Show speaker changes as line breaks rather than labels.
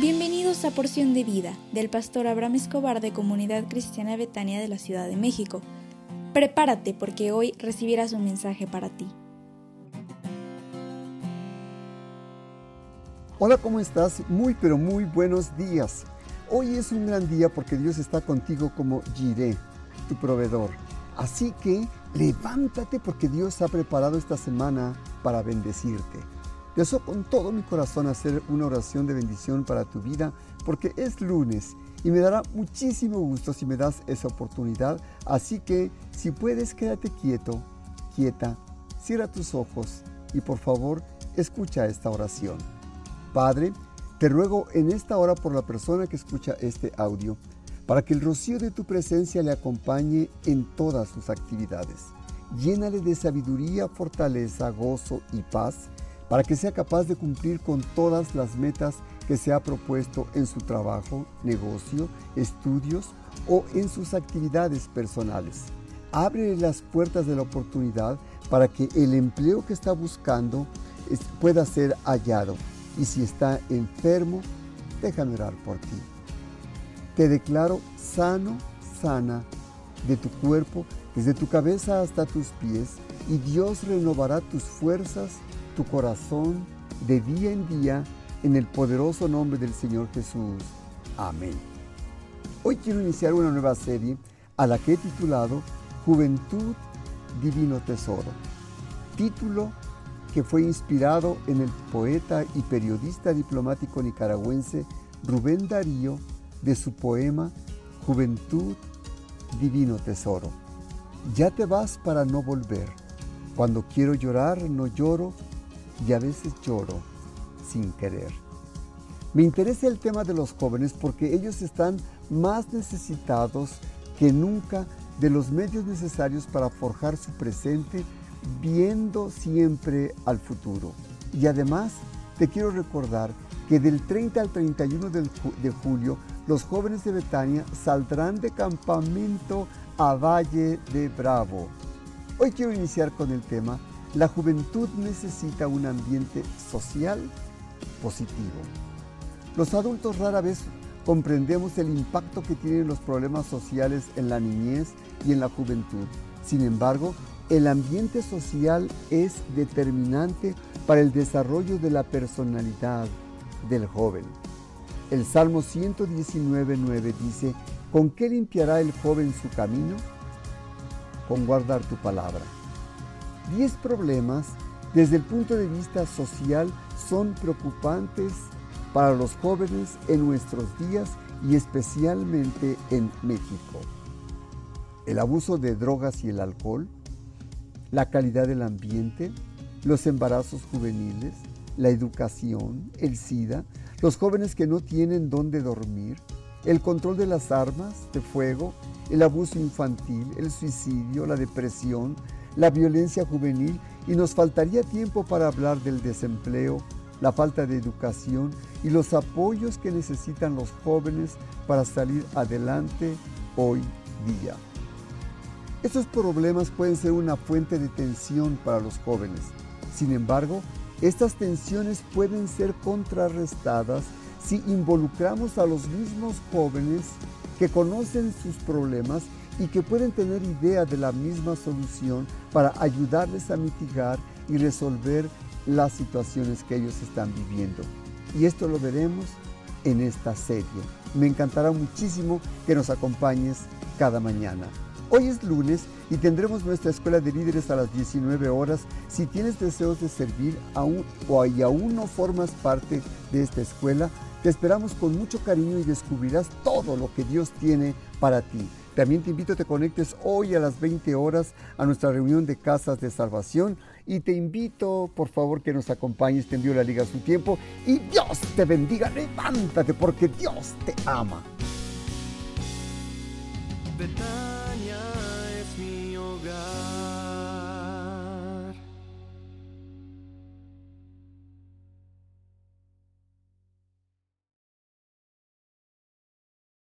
Bienvenidos a Porción de Vida, del pastor Abraham Escobar de Comunidad Cristiana Betania de la Ciudad de México. Prepárate porque hoy recibirás un mensaje para ti.
Hola, ¿cómo estás? Muy buenos días. Hoy es un gran día porque Dios está contigo como Jireh, tu proveedor. Así que levántate porque Dios ha preparado esta semana para bendecirte. Deseo con todo mi corazón hacer una oración de bendición para tu vida porque es lunes y me dará muchísimo gusto si me das esa oportunidad. Así que si puedes, quédate quieto, quieta, cierra tus ojos y por favor escucha esta oración. Padre, te ruego en esta hora por la persona que escucha este audio, para que el rocío de tu presencia le acompañe en todas sus actividades. Llénale de sabiduría, fortaleza, gozo y paz, para que sea capaz de cumplir con todas las metas que se ha propuesto en su trabajo, negocio, estudios o en sus actividades personales. Ábrele las puertas de la oportunidad para que el empleo que está buscando pueda ser hallado. Y si está enfermo, déjame orar por ti. Te declaro sano, sana de tu cuerpo, desde tu cabeza hasta tus pies, y Dios renovará tus fuerzas, tu corazón, de día en día, en el poderoso nombre del Señor Jesús. Amén. Hoy quiero iniciar una nueva serie a la que he titulado Juventud, Divino Tesoro. Título que fue inspirado en el poeta y periodista diplomático nicaragüense Rubén Darío, de su poema Juventud, Divino Tesoro. Ya te vas para no volver. Cuando quiero llorar, no lloro, y a veces lloro sin querer. Me interesa el tema de los jóvenes porque ellos están más necesitados que nunca de los medios necesarios para forjar su presente, viendo siempre al futuro. Y además te quiero recordar que del 30 al 31 de julio los jóvenes de Betania saldrán de campamento a Valle de Bravo. Hoy quiero iniciar con el tema: la juventud necesita un ambiente social positivo. Los adultos rara vez comprendemos el impacto que tienen los problemas sociales en la niñez y en la juventud. Sin embargo, el ambiente social es determinante para el desarrollo de la personalidad del joven. El Salmo 119:9 dice: ¿con qué limpiará el joven su camino? Con guardar tu palabra. 10 problemas desde el punto de vista social son preocupantes para los jóvenes en nuestros días y especialmente en México. El abuso de drogas y el alcohol, la calidad del ambiente, los embarazos juveniles, la educación, el SIDA, los jóvenes que no tienen dónde dormir, el control de las armas de fuego, el abuso infantil, el suicidio, la depresión, la violencia juvenil, y nos faltaría tiempo para hablar del desempleo, la falta de educación y los apoyos que necesitan los jóvenes para salir adelante hoy día. Estos problemas pueden ser una fuente de tensión para los jóvenes. Sin embargo, estas tensiones pueden ser contrarrestadas si involucramos a los mismos jóvenes que conocen sus problemas y que pueden tener idea de la misma solución para ayudarles a mitigar y resolver las situaciones que ellos están viviendo. Y esto lo veremos en esta serie. Me encantará muchísimo que nos acompañes cada mañana. Hoy es lunes y tendremos nuestra escuela de líderes a las 19 horas. Si tienes deseos de servir aún no formas parte de esta escuela, te esperamos con mucho cariño y descubrirás todo lo que Dios tiene para ti. También te invito a que te conectes hoy a las 20 horas a nuestra reunión de Casas de Salvación y te invito, por favor, que nos acompañes. Te envío la liga a su tiempo y Dios te bendiga. Levántate porque Dios te ama.
Betania.